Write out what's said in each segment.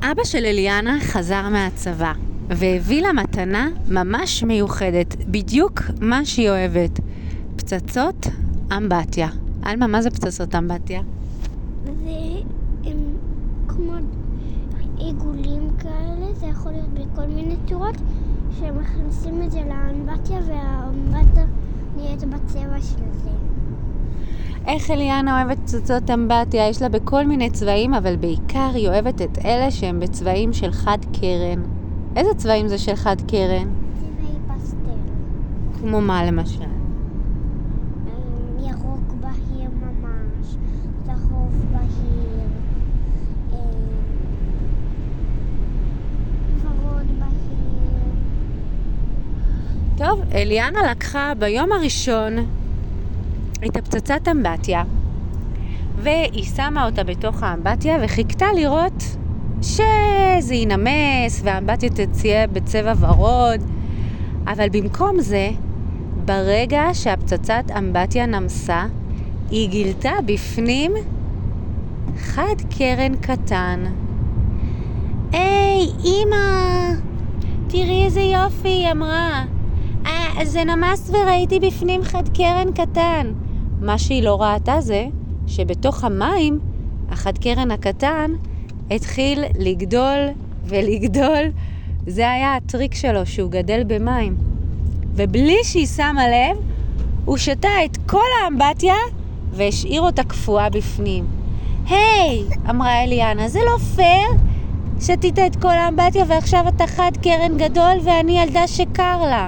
אבא של אליאנה חזר מהצבא והביא לה מתנה ממש מיוחדת, בדיוק מה שהיא אוהבת. פצצות אמבטיה. אלמה, מה זה פצצות אמבטיה? זה כמו עיגולים כאלה, זה יכול להיות בכל מיני צורות, שמכניסים את זה לאמבטיה והאמבטיה נהיית בצבע של זה. איך אליאנה אוהבת פצצות אמבטיה? יש לה בכל מיני צבעים, אבל בעיקר היא אוהבת את אלה שהם בצבעים של חד קרן. איזה צבעים זה של חד קרן? צבעי פסטל. כמו מה למשל? ירוק בהיר ממש, צהוב בהיר, ורוד בהיר. טוב, אליאנה לקחה ביום הראשון את הפצצת אמבטיה, והיא שמה אותה בתוך האמבטיה וחיכתה לראות שזה ינמס והאמבטיה תצא בצבע ורוד. אבל במקום זה, ברגע שהפצצת אמבטיה נמסה, היא גילתה בפנים חד קרן קטן. היי, אמא, תראי איזה יופי, היא אמרה. זה נמס וראיתי בפנים חד קרן קטן. מה שהיא לא ראתה זה שבתוך המים החד קרן הקטן התחיל לגדול ולגדול. זה היה הטריק שלו, שהוא גדל במים. ובלי שהיא שמה לב, הוא שתה את כל האמבטיה והשאיר אותה קפואה בפנים. היי, אמרה אליאנה, זה לא פייר. שתית את כל האמבטיה ועכשיו אתה חד קרן גדול ואני ילדה שקר לה.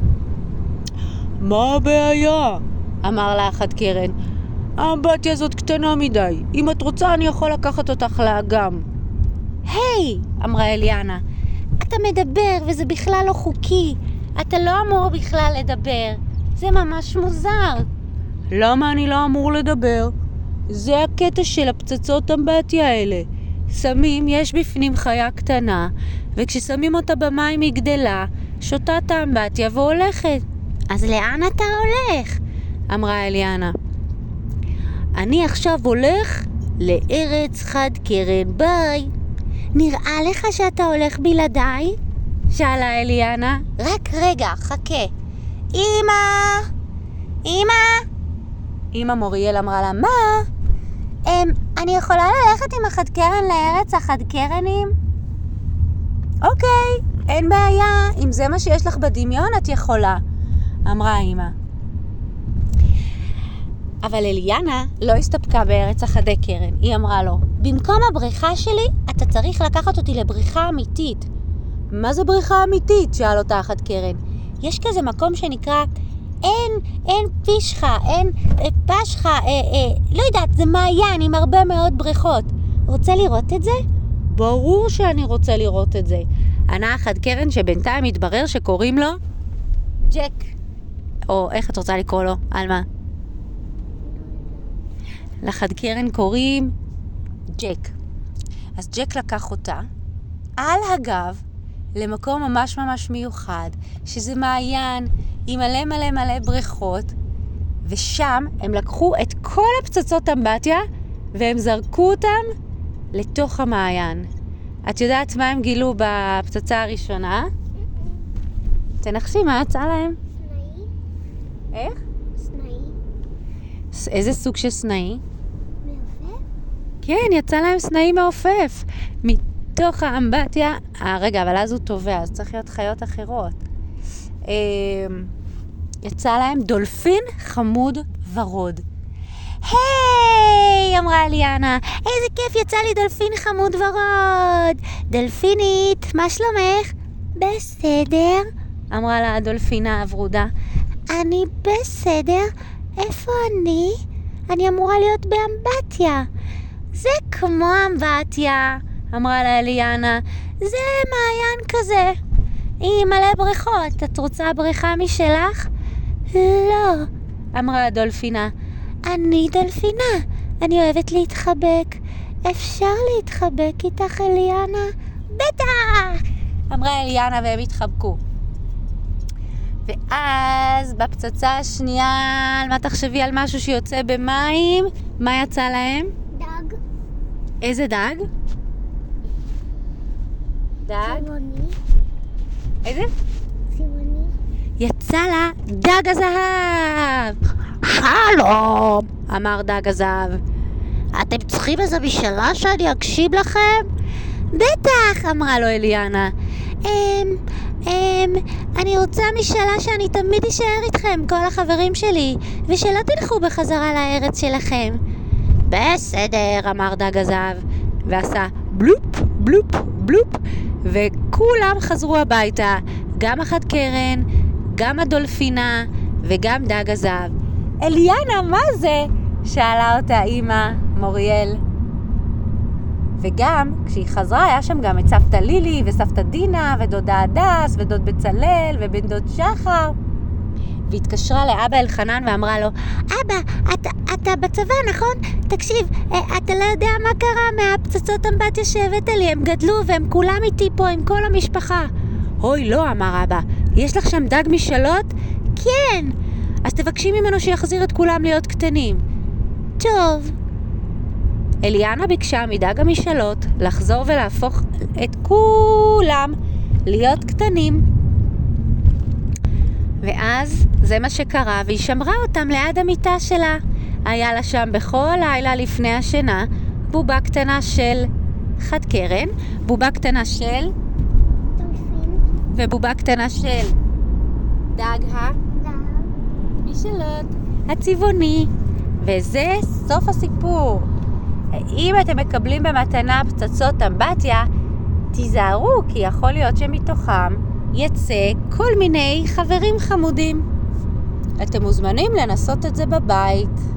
מה הבעיה? אמר לה החד קרן. האמבטיה הזאת קטנה מדי. אם את רוצה אני יכול לקחת אותך לאגם. היי, אמרה אליאנה, אתה מדבר וזה בכלל לא חוקי. אתה לא אמור בכלל לדבר. זה ממש מוזר. למה אני לא אמור לדבר? זה הקטע של הפצצות אמבטיה האלה. שמים, יש בפנים חיה קטנה, וכששמים אותה במים היא גדלה, שותה את האמבטיה והולכת. אז לאן אתה הולך? אמרה אליאנה. אני עכשיו הולך לארץ חד קרן, ביי. נראה לך שאתה הולך בלעדיי? שאלה אליאנה. רק רגע, חכה. אמא! אמא! אמא מוריאל אמרה לה, מה? אני יכולה ללכת עם החד קרן לארץ החד קרנים? אוקיי, אין בעיה. אם זה מה שיש לך בדמיון, את יכולה. אמרה אמא. אבל אליאנה לא הסתפקה בארץ החדי קרן. היא אמרה לו, במקום הבריכה שלי, אתה צריך לקחת אותי לבריכה אמיתית. מה זה בריכה אמיתית? שאל אותה החד קרן. יש כזה מקום שנקרא אין פישחה, אין פשחה, לא יודעת, זה מעיין עם הרבה מאוד בריכות. רוצה לראות את זה? ברור שאני רוצה לראות את זה. ענה החד קרן שבינתיים התברר שקוראים לו ג'ק. או איך את רוצה לקרוא לו? אלמה? לחד קרן קוראים ג'ק. אז ג'ק לקח אותה על הגב למקום ממש ממש מיוחד, שזה מעיין עם מלא מלא מלא בריכות, ושם הם לקחו את כל הפצצות אמבטיה והם זרקו אותם לתוך המעיין. את יודעת מה הם גילו בפצצה הראשונה? תנחשי, מה יצא להם? סנאי? איך? סנאי? איזה סוג של סנאי? מעופף? כן, יצא להם סנאי מעופף מתוך האמבטיה. רגע, אבל אז הוא טובע, אז צריך להיות חיות אחרות. יצא להם דולפין חמוד ורוד. היי, אמרה אליאנה, איזה כיף, יצא לי דולפין חמוד ורוד. דולפינית, מה שלומך? בסדר, אמרה לה הדולפינה הוורודה. אני בסדר? איפה אני? אני אמורה להיות באמבטיה. זה כמו אמבטיה, אמרה לה אליאנה. זה מעיין כזה. היא מלא בריכות. את רוצה בריכה משלך? לא, אמרה הדולפינה. אני דולפינה. אני אוהבת להתחבק. אפשר להתחבק איתך, אליאנה? בטח! אמרה אליאנה והם התחבקו. ואז בפצצה השנייה, על מה תחשבי? על משהו שיוצא במים? מה יצא להם? דג. איזה דג? דג? צבעוני. איזה? צבעוני. יצא לה דג הזהב! שלום! אמר דג הזהב. אתם צריכים איזה משאלה שאני אקשיב לכם? בטח! אמרה לו אליאנה. אני רוצה משאלה שאני תמיד אשאר איתכם, כל החברים שלי, ושלא תלכו בחזרה לארץ שלכם. בסדר, אמר דג הזהב, ועשה בלופ, בלופ, בלופ, וכולם חזרו הביתה, גם החד קרן, גם הדולפינה וגם דג הזהב. אליאנה, מה זה? שאלה אותה אמא מוריאל. וגם כשהיא חזרה היה שם גם את סבתא לילי וסבתא דינה ודודה הדס ודוד בצלאל ובן דוד שחר. והתקשרה לאבא אלחנן ואמרה לו, אבא, אתה בצבא, נכון? תקשיב, אתה לא יודע מה קרה מהפצצות אמבטיה שהבאת לי, הם גדלו והם כולם איתי פה עם כל המשפחה. אוי לא, אמר אבא, יש לך שם דג משאלות? כן. אז תבקשי ממנו שיחזיר את כולם להיות קטנים. טוב. אליאנה ביקשה מדג המשאלות לחזור ולהפוך את כולם להיות קטנים. ואז זה מה שקרה, והיא שמרה אותם ליד המיטה שלה. היה לה שם בכל לילה לפני השינה בובה קטנה של חד קרן, בובה קטנה של דולפין. ובובה קטנה של דג המשאלות הצבעוני. וזה סוף הסיפור. אם אתם מקבלים במתנה פצצות אמבטיה, תיזהרו, כי יכול להיות שמתוכם יצא כל מיני חברים חמודים. אתם מוזמנים לנסות את זה בבית.